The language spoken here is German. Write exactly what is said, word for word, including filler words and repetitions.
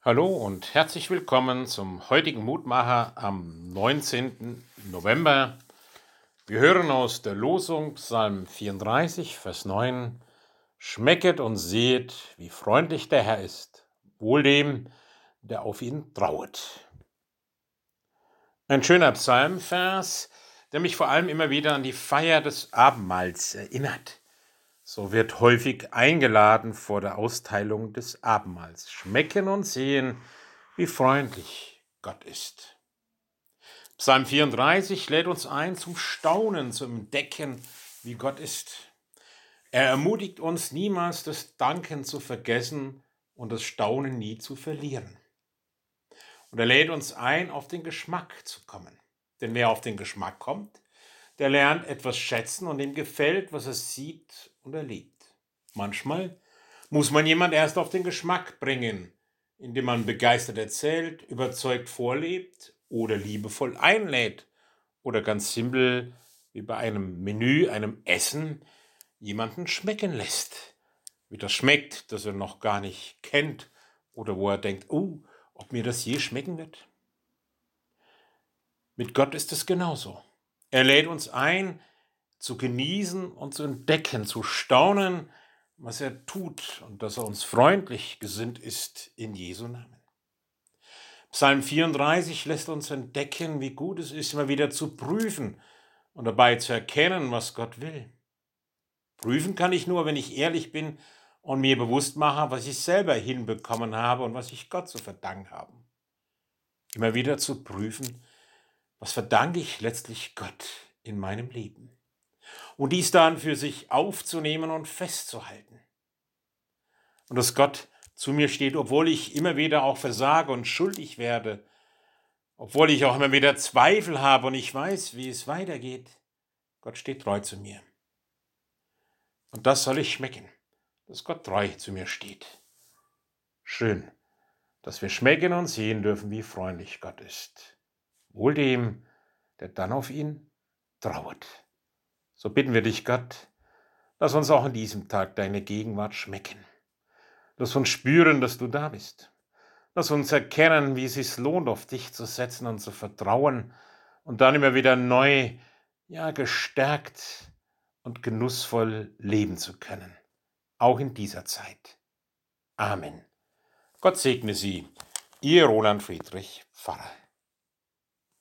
Hallo und herzlich willkommen zum heutigen Mutmacher am neunzehnten November. Wir hören aus der Losung Psalm vierunddreißig, Vers neun: Schmecket und sehet, wie freundlich der Herr ist, wohl dem, der auf ihn trauet. Ein schöner Psalmvers, der mich vor allem immer wieder an die Feier des Abendmahls erinnert. So wird häufig eingeladen vor der Austeilung des Abendmahls. Schmecken und sehen, wie freundlich Gott ist. Psalm vierunddreißig lädt uns ein zum Staunen, zum Entdecken, wie Gott ist. Er ermutigt uns niemals, das Danken zu vergessen und das Staunen nie zu verlieren. Und er lädt uns ein, auf den Geschmack zu kommen. Denn wer auf den Geschmack kommt, der lernt etwas schätzen und ihm gefällt, was er sieht und erlebt. Manchmal muss man jemand erst auf den Geschmack bringen, indem man begeistert erzählt, überzeugt vorlebt oder liebevoll einlädt oder ganz simpel wie bei einem Menü, einem Essen, jemanden schmecken lässt. Wie das schmeckt, das er noch gar nicht kennt oder wo er denkt, oh, ob mir das je schmecken wird. Mit Gott ist es genauso. Er lädt uns ein, zu genießen und zu entdecken, zu staunen, was er tut und dass er uns freundlich gesinnt ist in Jesu Namen. Psalm vierunddreißig lässt uns entdecken, wie gut es ist, immer wieder zu prüfen und dabei zu erkennen, was Gott will. Prüfen kann ich nur, wenn ich ehrlich bin und mir bewusst mache, was ich selber hinbekommen habe und was ich Gott zu verdanken habe. Immer wieder zu prüfen, was verdanke ich letztlich Gott in meinem Leben? Und dies dann für sich aufzunehmen und festzuhalten. Und dass Gott zu mir steht, obwohl ich immer wieder auch versage und schuldig werde, obwohl ich auch immer wieder Zweifel habe und ich weiß, wie es weitergeht. Gott steht treu zu mir. Und das soll ich schmecken, dass Gott treu zu mir steht. Schön, dass wir schmecken und sehen dürfen, wie freundlich Gott ist. Wohl dem, der dann auf ihn trauert. So bitten wir dich, Gott, lass uns auch an diesem Tag deine Gegenwart schmecken. Lass uns spüren, dass du da bist. Lass uns erkennen, wie es sich lohnt, auf dich zu setzen und zu vertrauen und dann immer wieder neu, ja, gestärkt und genussvoll leben zu können. Auch in dieser Zeit. Amen. Gott segne Sie, Ihr Roland Friedrich Pfarrer.